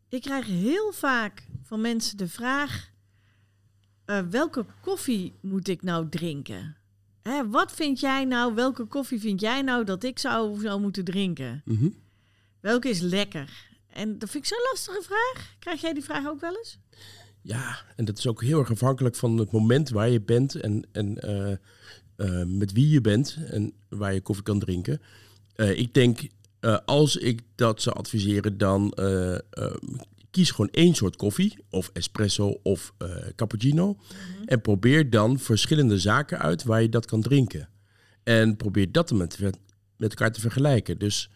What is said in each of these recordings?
Ik krijg heel vaak van mensen de vraag... welke koffie moet ik nou drinken? Wat vind jij nou, welke koffie vind jij nou dat ik zou moeten drinken? Mm-hmm. Welke is lekker? En dat vind ik zo'n lastige vraag. Krijg jij die vraag ook wel eens? Ja, en dat is ook heel erg afhankelijk van het moment waar je bent en met wie je bent en waar je koffie kan drinken. Ik denk, als ik dat zou adviseren, dan kies gewoon één soort koffie, of espresso of cappuccino. Mm-hmm. En probeer dan verschillende zaken uit waar je dat kan drinken. En probeer dat met elkaar te vergelijken. Dus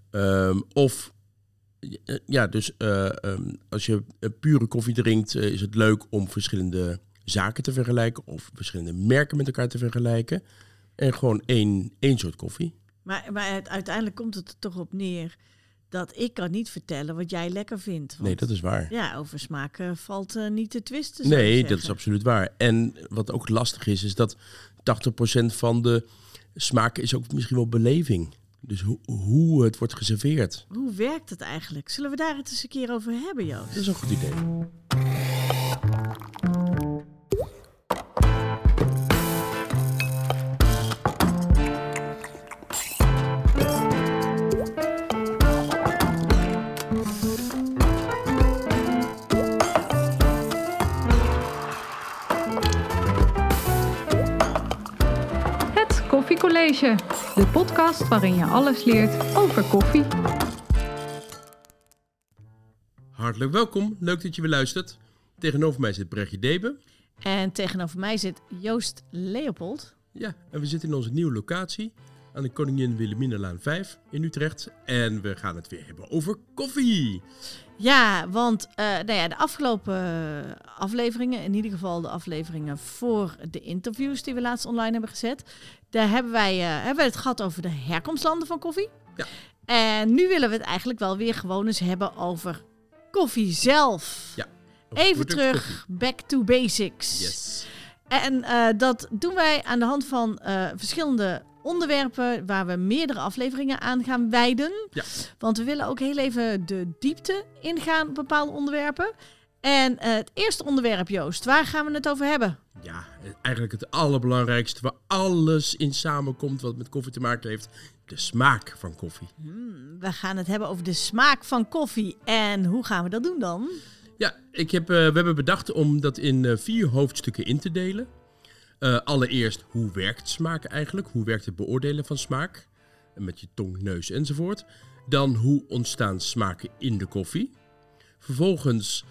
als je pure koffie drinkt, is het leuk om verschillende zaken te vergelijken of verschillende merken met elkaar te vergelijken. En gewoon één soort koffie. Maar uiteindelijk komt het er toch op neer dat ik kan niet vertellen wat jij lekker vindt. Want, nee, dat is waar. Ja, over smaak valt niet te twisten. Nee, dat is absoluut waar. En wat ook lastig is dat 80% van de smaak is ook misschien wel beleving. Dus hoe het wordt geserveerd. Hoe werkt het eigenlijk? Zullen we daar het eens een keer over hebben, Joost? Dat is een goed idee. Het Koffiecollege, de podcast waarin je alles leert over koffie. Hartelijk welkom, leuk dat je weer luistert. Tegenover mij zit Brechtje Debe. En tegenover mij zit Joost Leopold. Ja, en we zitten in onze nieuwe locatie aan de Koningin Wilhelminalaan 5 in Utrecht. En we gaan het weer hebben over koffie. Ja, want de afgelopen afleveringen, in ieder geval de afleveringen voor de interviews die we laatst online hebben gezet, daar hebben wij het gehad over de herkomstlanden van koffie. Ja. En nu willen we het eigenlijk wel weer gewoon eens hebben over koffie zelf. Ja. Even terug, koffie. back to basics. Yes. En dat doen wij aan de hand van verschillende onderwerpen waar we meerdere afleveringen aan gaan wijden. Ja. Want we willen ook heel even de diepte ingaan op bepaalde onderwerpen. En het eerste onderwerp, Joost, waar gaan we het over hebben? Ja, eigenlijk het allerbelangrijkste waar alles in samenkomt wat met koffie te maken heeft. De smaak van koffie. We gaan het hebben over de smaak van koffie. En hoe gaan we dat doen dan? Ja, we hebben bedacht om dat in 4 hoofdstukken in te delen. Allereerst, hoe werkt smaak eigenlijk? Hoe werkt het beoordelen van smaak? Met je tong, neus enzovoort. Dan, hoe ontstaan smaken in de koffie? Vervolgens,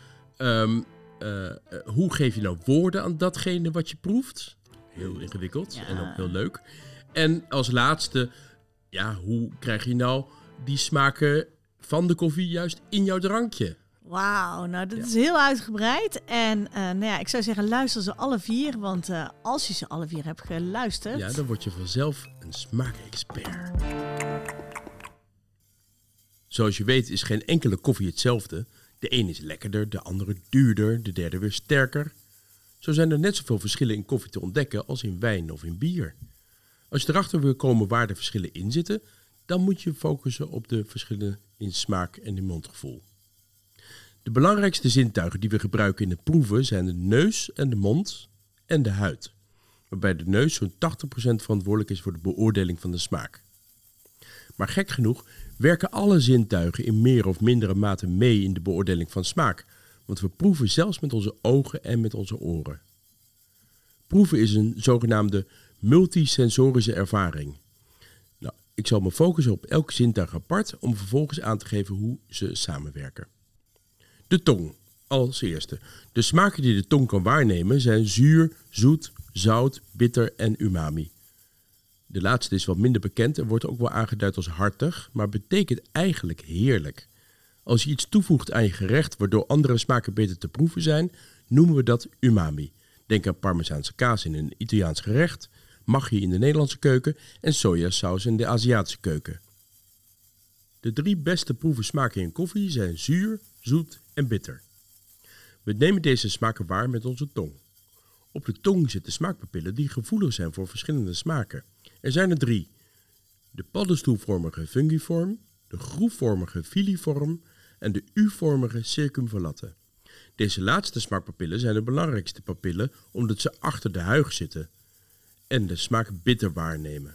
hoe geef je nou woorden aan datgene wat je proeft? Heel ingewikkeld en ook heel leuk. En als laatste, hoe krijg je nou die smaken van de koffie juist in jouw drankje? Wauw, nou dat is heel uitgebreid. En ik zou zeggen, luister ze alle 4. Want als je ze alle 4 hebt geluisterd... Ja, dan word je vanzelf een smaakexpert. Zoals je weet is geen enkele koffie hetzelfde. De een is lekkerder, de andere duurder, de derde weer sterker. Zo zijn er net zoveel verschillen in koffie te ontdekken als in wijn of in bier. Als je erachter wil komen waar de verschillen in zitten, dan moet je focussen op de verschillen in smaak en in mondgevoel. De belangrijkste zintuigen die we gebruiken in het proeven zijn de neus en de mond en de huid. Waarbij de neus zo'n 80% verantwoordelijk is voor de beoordeling van de smaak. Maar gek genoeg werken alle zintuigen in meer of mindere mate mee in de beoordeling van smaak. Want we proeven zelfs met onze ogen en met onze oren. Proeven is een zogenaamde multisensorische ervaring. Nou, ik zal me focussen op elk zintuig apart om vervolgens aan te geven hoe ze samenwerken. De tong, als eerste. De smaken die de tong kan waarnemen zijn zuur, zoet, zout, bitter en umami. De laatste is wat minder bekend en wordt ook wel aangeduid als hartig, maar betekent eigenlijk heerlijk. Als je iets toevoegt aan je gerecht waardoor andere smaken beter te proeven zijn, noemen we dat umami. Denk aan parmezaanse kaas in een Italiaans gerecht, maggi in de Nederlandse keuken en sojasaus in de Aziatische keuken. De 3 beste proeven smaken in koffie zijn zuur, zoet en bitter. We nemen deze smaken waar met onze tong. Op de tong zitten smaakpapillen die gevoelig zijn voor verschillende smaken. Er zijn er 3. De paddenstoelvormige fungiform, de groefvormige filiform en de U-vormige circumvallatten. Deze laatste smaakpapillen zijn de belangrijkste papillen omdat ze achter de huig zitten en de smaak bitter waarnemen.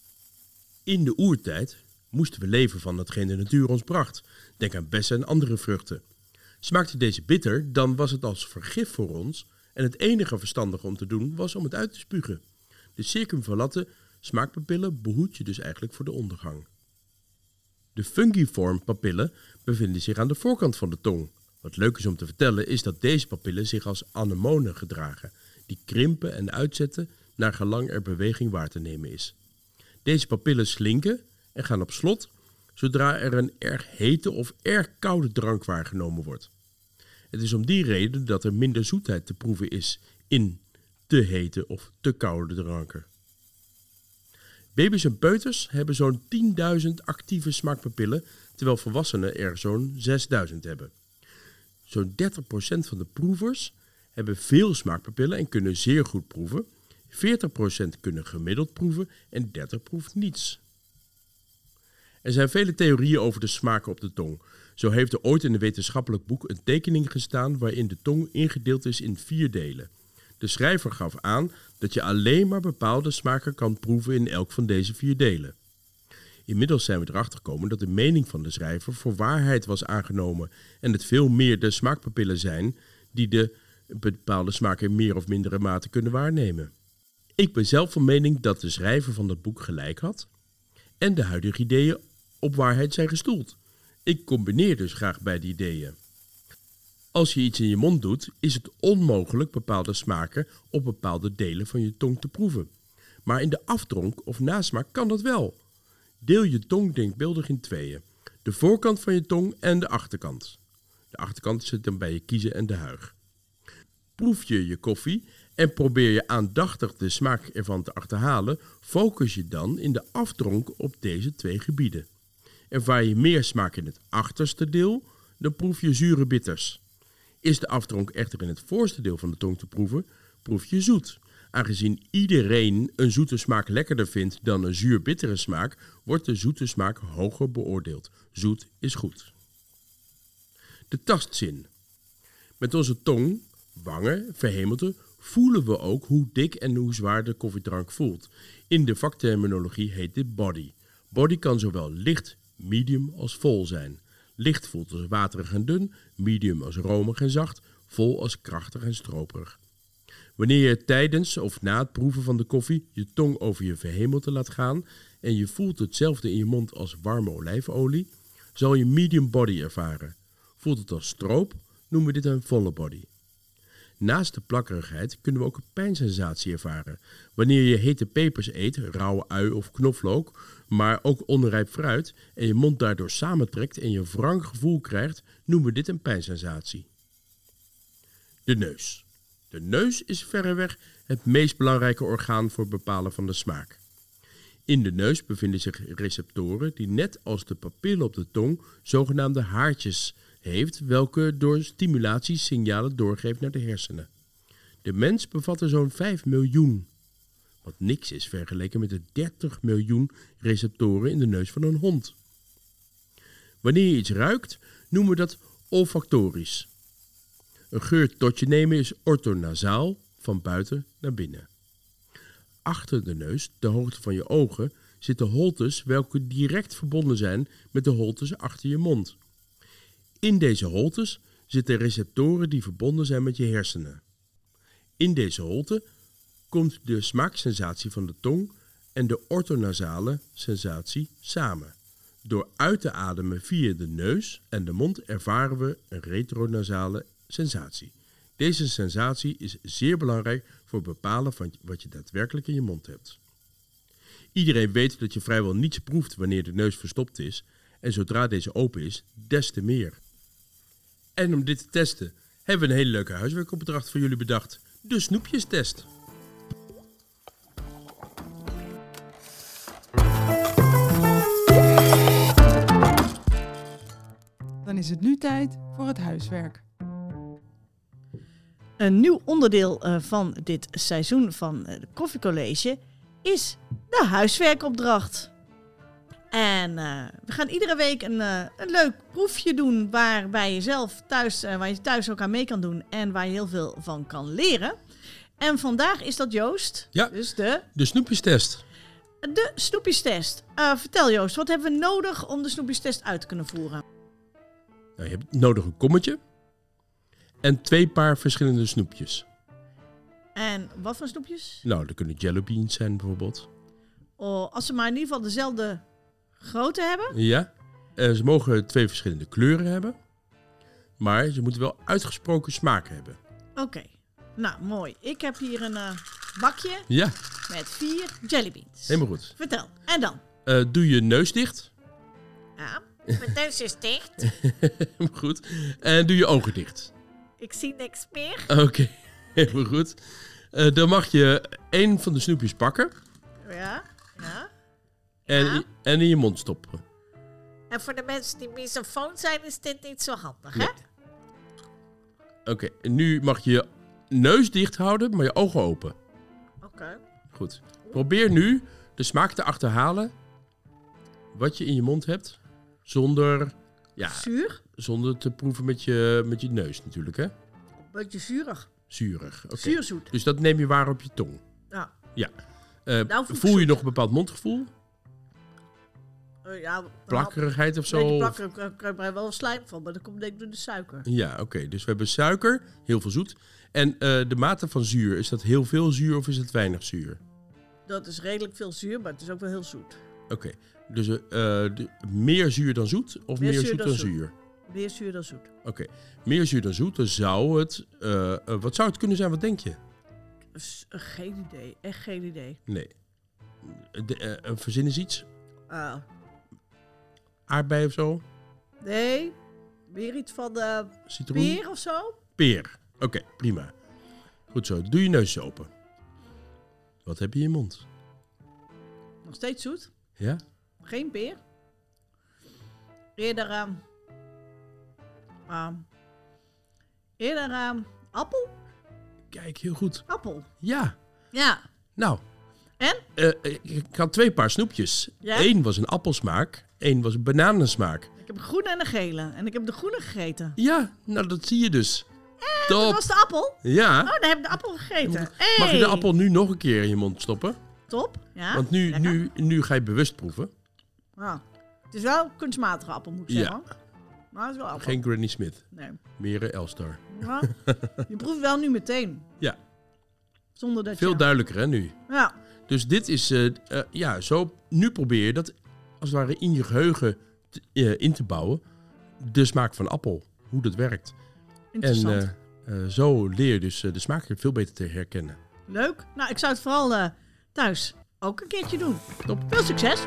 In de oertijd moesten we leven van hetgeen de natuur ons bracht. Denk aan bessen en andere vruchten. Smaakte deze bitter, dan was het als vergif voor ons en het enige verstandige om te doen was om het uit te spugen. De circumvallatte smaakpapillen behoed je dus eigenlijk voor de ondergang. De fungiform papillen bevinden zich aan de voorkant van de tong. Wat leuk is om te vertellen is dat deze papillen zich als anemonen gedragen, die krimpen en uitzetten naar gelang er beweging waar te nemen is. Deze papillen slinken en gaan op slot zodra er een erg hete of erg koude drank waargenomen wordt. Het is om die reden dat er minder zoetheid te proeven is in te hete of te koude dranken. Baby's en peuters hebben zo'n 10.000 actieve smaakpapillen, terwijl volwassenen er zo'n 6.000 hebben. Zo'n 30% van de proevers hebben veel smaakpapillen en kunnen zeer goed proeven. 40% kunnen gemiddeld proeven en 30% proeft niets. Er zijn vele theorieën over de smaken op de tong. Zo heeft er ooit in een wetenschappelijk boek een tekening gestaan waarin de tong ingedeeld is in 4 delen. De schrijver gaf aan dat je alleen maar bepaalde smaken kan proeven in elk van deze 4 delen. Inmiddels zijn we erachter gekomen dat de mening van de schrijver voor waarheid was aangenomen en het veel meer de smaakpapillen zijn die de bepaalde smaken in meer of mindere mate kunnen waarnemen. Ik ben zelf van mening dat de schrijver van dat boek gelijk had en de huidige ideeën op waarheid zijn gestoeld. Ik combineer dus graag beide ideeën. Als je iets in je mond doet, is het onmogelijk bepaalde smaken op bepaalde delen van je tong te proeven. Maar in de afdronk of nasmaak kan dat wel. Deel je tong denkbeeldig in 2. De voorkant van je tong en de achterkant. De achterkant zit dan bij je kiezen en de huig. Proef je je koffie en probeer je aandachtig de smaak ervan te achterhalen, focus je dan in de afdronk op deze 2 gebieden. Ervaar je meer smaak in het achterste deel, dan proef je zure bitters. Is de afdronk echter in het voorste deel van de tong te proeven, proef je zoet. Aangezien iedereen een zoete smaak lekkerder vindt dan een zuur-bittere smaak, wordt de zoete smaak hoger beoordeeld. Zoet is goed. De tastzin. Met onze tong, wangen, verhemelte voelen we ook hoe dik en hoe zwaar de koffiedrank voelt. In de vakterminologie heet dit body. Body kan zowel licht, medium als vol zijn. Licht voelt als waterig en dun, medium als romig en zacht, vol als krachtig en stroperig. Wanneer je tijdens of na het proeven van de koffie je tong over je verhemelte laat gaan en je voelt hetzelfde in je mond als warme olijfolie, zal je medium body ervaren. Voelt het als stroop, noemen we dit een volle body. Naast de plakkerigheid kunnen we ook een pijnsensatie ervaren. Wanneer je hete pepers eet, rauwe ui of knoflook, maar ook onrijp fruit en je mond daardoor samentrekt en je een wrang gevoel krijgt, noemen we dit een pijnsensatie. De neus. De neus is verreweg het meest belangrijke orgaan voor het bepalen van de smaak. In de neus bevinden zich receptoren die net als de papillen op de tong zogenaamde haartjes heeft, welke door stimulatie signalen doorgeeft naar de hersenen. De mens bevat er zo'n 5 miljoen, wat niks is vergeleken met de 30 miljoen receptoren in de neus van een hond. Wanneer je iets ruikt, noemen we dat olfactorisch. Een geur tot je nemen is orthonasaal, van buiten naar binnen. Achter de neus, de hoogte van je ogen, zitten holtes welke direct verbonden zijn met de holtes achter je mond. In deze holtes zitten receptoren die verbonden zijn met je hersenen. In deze holte komt de smaaksensatie van de tong en de orthonasale sensatie samen. Door uit te ademen via de neus en de mond ervaren we een retronasale sensatie. Deze sensatie is zeer belangrijk voor het bepalen van wat je daadwerkelijk in je mond hebt. Iedereen weet dat je vrijwel niets proeft wanneer de neus verstopt is en zodra deze open is, des te meer. En om dit te testen hebben we een hele leuke huiswerkopdracht voor jullie bedacht. De snoepjestest. Dan is het nu tijd voor het huiswerk. Een nieuw onderdeel van dit seizoen van het Koffiecollege is de huiswerkopdracht. En we gaan iedere week een leuk proefje doen waar je zelf thuis, waar je thuis ook aan mee kan doen en waar je heel veel van kan leren. En vandaag is dat Joost. Ja, Dus de snoepjestest. de snoepjestest. Vertel Joost, wat hebben we nodig om de snoepjestest uit te kunnen voeren? Nou, je hebt nodig een kommetje en 2 paar verschillende snoepjes. En wat voor snoepjes? Nou, dat kunnen jellybeans zijn bijvoorbeeld. Oh, als ze maar in ieder geval dezelfde grootte hebben. Ja, ze mogen 2 verschillende kleuren hebben. Maar ze moeten wel uitgesproken smaak hebben. Oké, nou mooi. Ik heb hier een bakje Ja, met 4 jellybeans. helemaal goed. Vertel. En dan? Doe je neus dicht. Ja, mijn neus is dicht. Helemaal goed. En doe je ogen dicht. Ik zie niks meer. Oké, helemaal goed. Dan mag je 1 van de snoepjes pakken Ja. en in je mond stoppen. En voor de mensen die misofoon zijn, is dit niet zo handig, Nee. Oké, en nu mag je je neus dicht houden, maar je ogen open. Oké. Goed. Probeer nu de smaak te achterhalen wat je in je mond hebt, zonder te proeven met je neus natuurlijk, hè? Beetje zuurig. Zuurig. Oké. Zuurzoet. Dus dat neem je waar op je tong. Ja. Ja. Nou, Voel je nog een bepaald mondgevoel? Ja, Plakkerigheid of een beetje zo? plakkerig, krijg je wel slijm van, maar dat komt denk ik door de suiker. Ja, oké. Dus we hebben suiker, heel veel zoet. En de mate van zuur, is dat heel veel zuur of is het weinig zuur? Dat is redelijk veel zuur, maar het is ook wel heel zoet. Oké. Dus meer zuur dan zoet of meer zoet dan zuur? Meer zuur dan zoet. Oké. Meer zuur dan zoet, dan zou het... wat zou het kunnen zijn? Wat denk je? Geen idee. Echt geen idee. Nee. Verzin eens iets. Ah. Aardbei of zo? Nee. Weer iets van Citroen? peer of zo? Peer. Oké, prima. Goed zo. Doe je neus open. Wat heb je in je mond? Nog steeds zoet. Ja? Geen peer. Eerder appel? Kijk, heel goed. Appel. Ja. Ja. Nou. En? Ik had 2 paar snoepjes. Ja? 1 was een appelsmaak. 1 was een bananensmaak. Ik heb een groene en een gele. En ik heb de groene gegeten. Ja, nou dat zie je dus. Dat Top. was de appel? Ja. Oh, dan heb ik de appel gegeten. Hey. Mag je de appel nu nog een keer in je mond stoppen? Top. Ja. Want lekker. nu ga je bewust proeven. Ja. Het is wel een kunstmatige appel, moet ik zeggen. Maar het is wel appel. Geen Granny Smith. Nee. Meer Elstar. Ja. Je proeft wel nu meteen. Ja. Zonder dat Veel je... duidelijker hè nu. Ja. Dus dit is, zo, nu probeer je dat als het ware in je geheugen in te bouwen. De smaak van appel, hoe dat werkt. Interessant. En zo leer je dus de smaak veel beter te herkennen. Leuk. Nou, ik zou het vooral thuis ook een keertje doen. Top. Veel succes.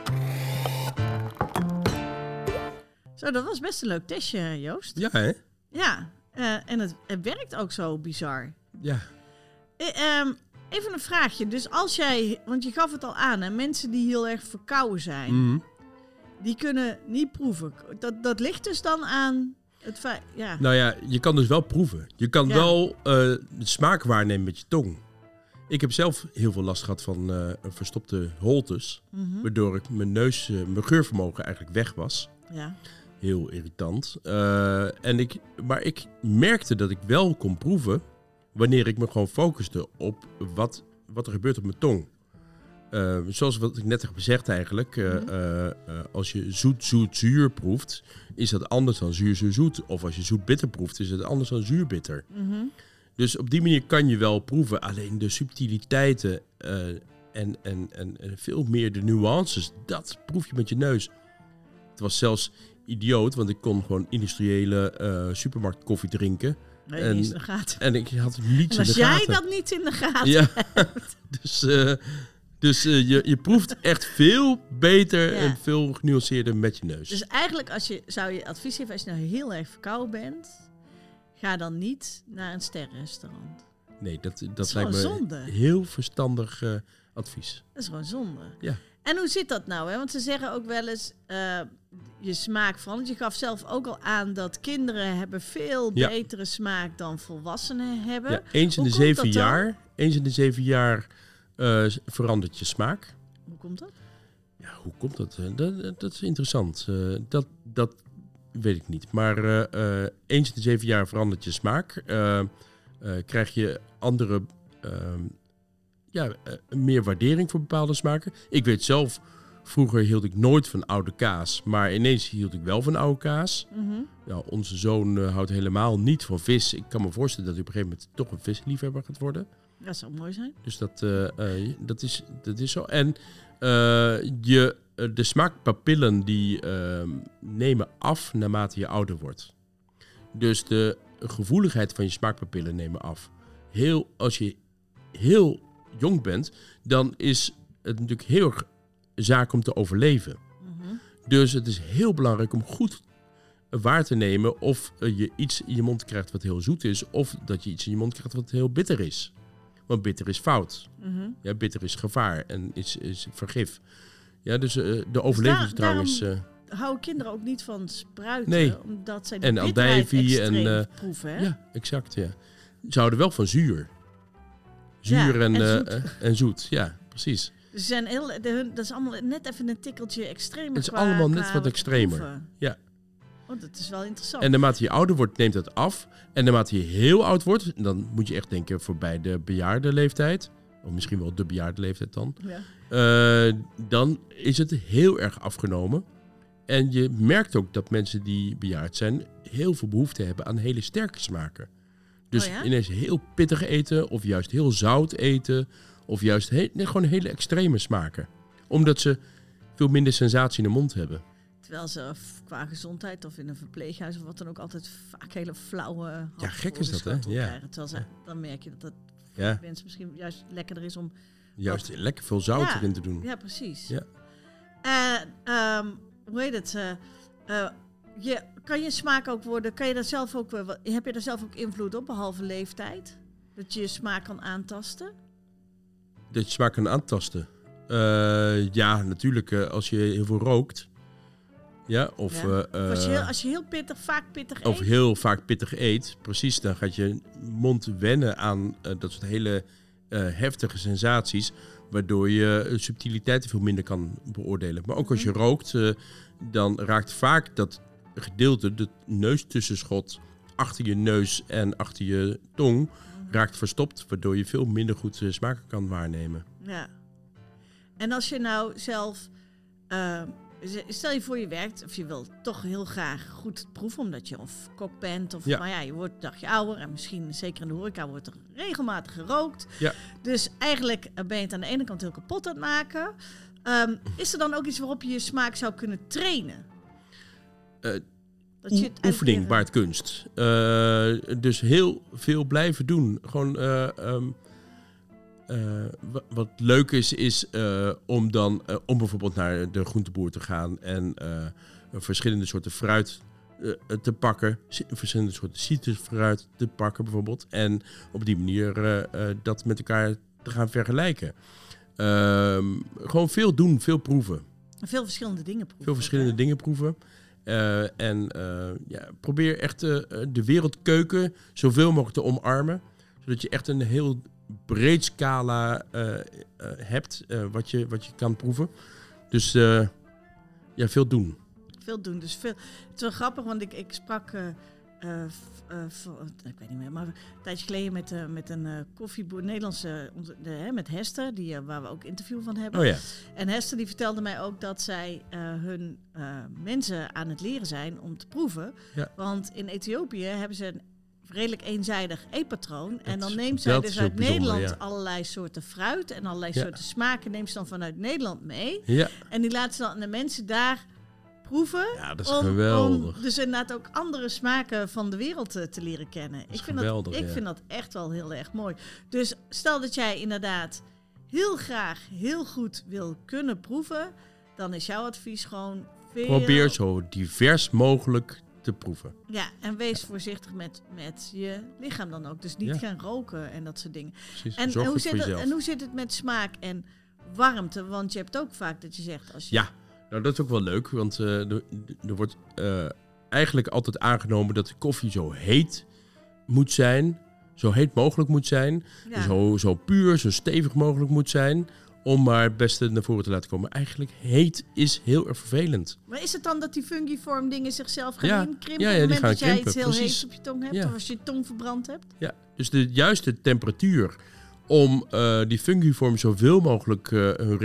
Zo, dat was best een leuk testje, Joost. Ja hè? Ja. En het werkt ook zo bizar. Ja. Even een vraagje. Dus als jij, want je gaf het al aan, hè, mensen die heel erg verkouden zijn, die kunnen niet proeven. Dat ligt dus dan aan het feit, ja. Nou ja, je kan dus wel proeven. Je kan wel de smaak waarnemen met je tong. Ik heb zelf heel veel last gehad van verstopte holtes, waardoor ik mijn geurvermogen eigenlijk weg was. Ja. Heel irritant. Maar ik merkte dat ik wel kon proeven wanneer ik me gewoon focuste op wat er gebeurt op mijn tong. Zoals wat ik net heb gezegd eigenlijk. Als je zoet-zoet-zuur proeft, is dat anders dan zuur-zuur-zoet. Of als je zoet-bitter proeft, is het anders dan zuur-bitter. Mm-hmm. Dus op die manier kan je wel proeven. Alleen de subtiliteiten en veel meer de nuances, dat proef je met je neus. Het was zelfs idioot, want ik kon gewoon industriële supermarktkoffie drinken. Nee, niet in de gaten. En ik had niets En in als de gaten. jij dat niet in de gaten Ja, hebt. dus je proeft echt veel beter en veel genuanceerder met je neus. Dus eigenlijk zou je advies geven, als je nou heel erg verkouden bent, ga dan niet naar een sterrenrestaurant. Nee, dat is lijkt me zonde. heel verstandig advies. Dat is gewoon zonde. Ja. En hoe zit dat nou? Hè? Want ze zeggen ook wel eens, je smaak verandert. Je gaf zelf ook al aan dat kinderen hebben veel betere smaak dan volwassenen hebben. Ja, eens in de 7 jaar verandert je smaak. Hoe komt dat? Ja, hoe komt dat? Dat is interessant. Dat weet ik niet. Maar eens in de 7 jaar verandert je smaak. Krijg je andere... meer waardering voor bepaalde smaken. Ik weet zelf, vroeger hield ik nooit van oude kaas. Maar ineens hield ik wel van oude kaas. Mhm. Nou, onze zoon houdt helemaal niet van vis. Ik kan me voorstellen dat hij op een gegeven moment toch een visliefhebber gaat worden. Dat zou mooi zijn. Dus dat is zo. En de smaakpapillen die nemen af naarmate je ouder wordt. Dus de gevoeligheid van je smaakpapillen nemen af. Als je heel jong bent, dan is het natuurlijk heel erg zaak om te overleven. Mhm. Dus het is heel belangrijk om goed waar te nemen of je iets in je mond krijgt wat heel zoet is, of dat je iets in je mond krijgt wat heel bitter is. Want bitter is fout. Mhm. Ja, bitter is gevaar en is vergif. Ja, dus de overlevingsdrang is... Houden kinderen ook niet van spruiten, Nee. omdat zij En de bitterheid andijvie extreem proeven, hè? Ja, exact, ja. Ze houden wel van zuur. Zuur Ja, en zoet. en zoet, ja, precies. Ze zijn dat is allemaal net even een tikkeltje extremer. Het is allemaal net wat extremer. proeven. Ja. Oh, dat is wel interessant. En naarmate je ouder wordt, neemt dat af. En naarmate je heel oud wordt, dan moet je echt denken voorbij de bejaarde leeftijd. Of misschien wel de bejaarde leeftijd dan. Ja. Dan is het heel erg afgenomen. En je merkt ook dat mensen die bejaard zijn heel veel behoefte hebben aan hele sterke smaken. Dus Oh ja? ineens heel pittig eten of juist heel zout eten. Of juist gewoon hele extreme smaken. Omdat ze veel minder sensatie in de mond hebben. Terwijl ze qua gezondheid of in een verpleeghuis of wat dan ook altijd vaak hele flauwe Ja, gek is dat, hè? Ja. krijgen. Terwijl ze, dan merk je dat het Ja, voor mensen misschien juist lekkerder is om... juist lekker veel zout Ja. erin te doen. Ja, precies. Ja. Hoe heet het? Kan je smaak ook worden... Kan je daar zelf ook, heb je daar zelf ook invloed op, behalve leeftijd? Dat je je smaak kan aantasten? Dat je smaak kan aantasten. Ja, natuurlijk als je heel veel rookt. Ja, of... Ja. Of als je heel pittig, vaak pittig Of eet. heel vaak pittig eet, precies, dan gaat je mond wennen aan dat soort hele heftige sensaties, waardoor je subtiliteiten veel minder kan beoordelen. Maar ook als je rookt, dan raakt vaak dat gedeelte, de neustussenschot, achter je neus en achter je tong, raakt verstopt, waardoor je veel minder goed smaken kan waarnemen. Ja. En als je nou zelf... stel je voor je werkt of je wil toch heel graag goed proeven omdat je of kok bent of Ja. maar ja, je wordt een dagje ouder en misschien zeker in de horeca wordt er regelmatig gerookt. Ja. Dus eigenlijk ben je het aan de ene kant heel kapot aan het maken. Is er dan ook iets waarop je je smaak zou kunnen trainen? Dat je het Oefening eigenlijk- baart kunst. Dus heel veel blijven doen. Gewoon... wat leuk is om dan om bijvoorbeeld naar de groenteboer te gaan en verschillende soorten fruit te pakken, verschillende soorten citrusfruit te pakken bijvoorbeeld, en op die manier dat met elkaar te gaan vergelijken. Gewoon veel doen, veel proeven. Veel verschillende dingen proeven. Veel verschillende dingen proeven. Probeer echt de wereldkeuken zoveel mogelijk te omarmen, zodat je echt een heel breed scala hebt wat je kan proeven. Dus veel doen. Veel doen. Dus veel. Het is wel grappig, want ik sprak, ik weet niet meer, maar een tijdje geleden met een koffieboer, Nederlandse, met Hester, waar we ook interview van hebben. Oh ja. En Hester die vertelde mij ook dat zij hun mensen aan het leren zijn om te proeven. Ja. Want in Ethiopië hebben ze een redelijk eenzijdig eetpatroon. En dan is- neemt zij dat dus is uit ook bijzonder, Nederland ja. allerlei soorten fruit en allerlei Ja. soorten smaken neemt ze dan vanuit Nederland mee. Ja, En die laten ze dan aan de mensen daar proeven. ja, dat is Om geweldig. dus inderdaad ook andere smaken van de wereld te leren kennen. is Ik vind geweldig, ja. vind dat echt wel heel erg mooi. Dus stel dat jij inderdaad heel graag heel goed wil kunnen proeven, dan is jouw advies gewoon veel... Probeer zo divers mogelijk te proeven. Ja, en wees voorzichtig met je lichaam dan ook. Dus niet Ja. gaan roken en dat soort dingen. Precies. En Zorg hoe goed zit voor het, jezelf. en hoe zit het met smaak en warmte? Want je hebt ook vaak dat je zegt... Als je, Ja, nou dat is ook wel leuk, want er wordt eigenlijk altijd aangenomen dat de koffie zo heet moet zijn, zo heet mogelijk moet zijn, Ja. zo puur, zo stevig mogelijk moet zijn, om maar het beste naar voren te laten komen. Eigenlijk heet is heel erg vervelend. Maar is het dan dat die fungiform dingen zichzelf gaan inkrimpen? Ja, op het die moment gaan dat jij krimpen, iets heel precies. heets op je tong hebt? Ja. Of als je je tong verbrand hebt? Ja, dus de juiste temperatuur om die fungiform zoveel mogelijk hun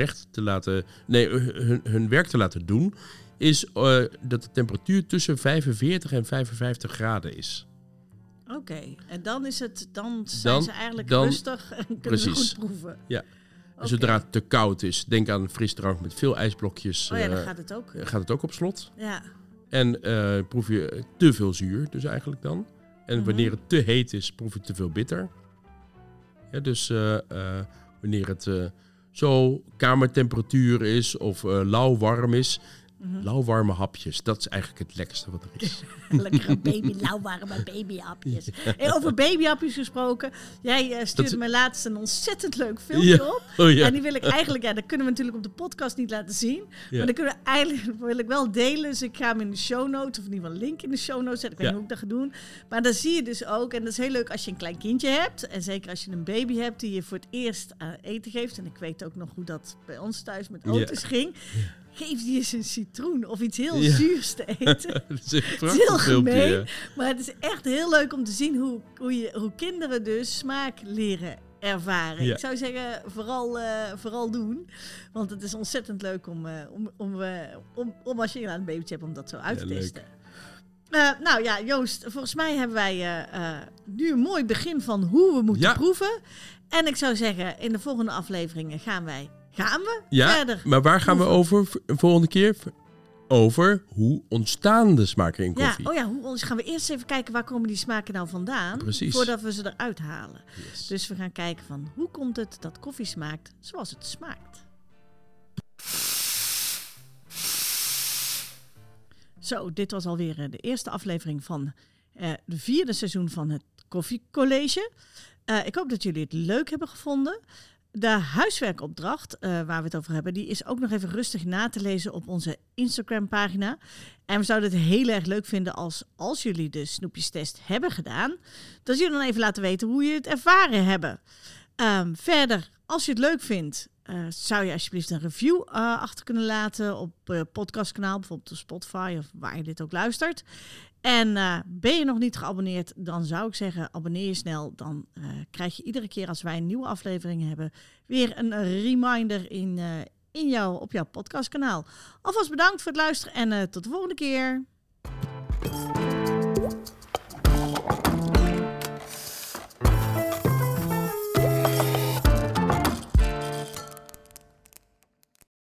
werk te laten doen, is dat de temperatuur tussen 45 en 55 graden is. Oké, en dan zijn ze eigenlijk rustig en kunnen ze precies. goed proeven. Ja. Oké. Zodra het te koud is, denk aan een frisdrank met veel ijsblokjes. Oh ja, dan gaat het ook. Op slot. Ja. En proef je te veel zuur, dus eigenlijk dan. En wanneer het te heet is, proef je te veel bitter. Ja, dus wanneer het zo kamertemperatuur is of lauwwarm is. Lauwwarme hapjes, dat is eigenlijk het lekkerste wat er is. Lekkere lauwwarme babyhapjes. En over babyhapjes gesproken. Jij stuurde me laatst een ontzettend leuk filmpje op. Oh, ja. En die wil ik eigenlijk, dat kunnen we natuurlijk op de podcast niet laten zien. Ja. Maar dat wil ik wel delen. Dus ik ga hem in de show notes, of in ieder geval een link in de show notes zetten. Ik weet niet hoe ik dat ga doen. Maar dan zie je dus ook, en dat is heel leuk als je een klein kindje hebt. En zeker als je een baby hebt die je voor het eerst eten geeft. En ik weet ook nog hoe dat bij ons thuis met Otis ging. Geef die eens een citroen of iets heel zuurs te eten. Dat is echt Het is heel filmpje, gemeen, ja. maar het is echt heel leuk om te zien hoe kinderen dus smaak leren ervaren. Ja. Ik zou zeggen, vooral doen. Want het is ontzettend leuk om als je een babytje hebt, om dat zo uit te testen. Nou ja, Joost, volgens mij hebben wij nu een mooi begin van hoe we moeten proeven. En ik zou zeggen, in de volgende afleveringen gaan we verder. Maar waar gaan we over de volgende keer? Over hoe ontstaan de smaken in koffie. Gaan we eerst even kijken waar komen die smaken nou vandaan. Precies. Voordat we ze eruit halen. Yes. Dus we gaan kijken van hoe komt het dat koffie smaakt zoals het smaakt. Zo, dit was alweer de eerste aflevering van de 4e seizoen van het Koffiecollege. Ik hoop dat jullie het leuk hebben gevonden. De huiswerkopdracht waar we het over hebben, die is ook nog even rustig na te lezen op onze Instagram-pagina. En we zouden het heel erg leuk vinden als jullie de snoepjestest hebben gedaan, dat jullie dan even laten weten hoe je het ervaren hebben. Verder, als je het leuk vindt, zou je alsjeblieft een review achter kunnen laten op het podcastkanaal, bijvoorbeeld op Spotify of waar je dit ook luistert. En ben je nog niet geabonneerd, dan zou ik zeggen, abonneer je snel. Dan krijg je iedere keer als wij een nieuwe aflevering hebben, weer een reminder op jouw podcastkanaal. Alvast bedankt voor het luisteren en tot de volgende keer.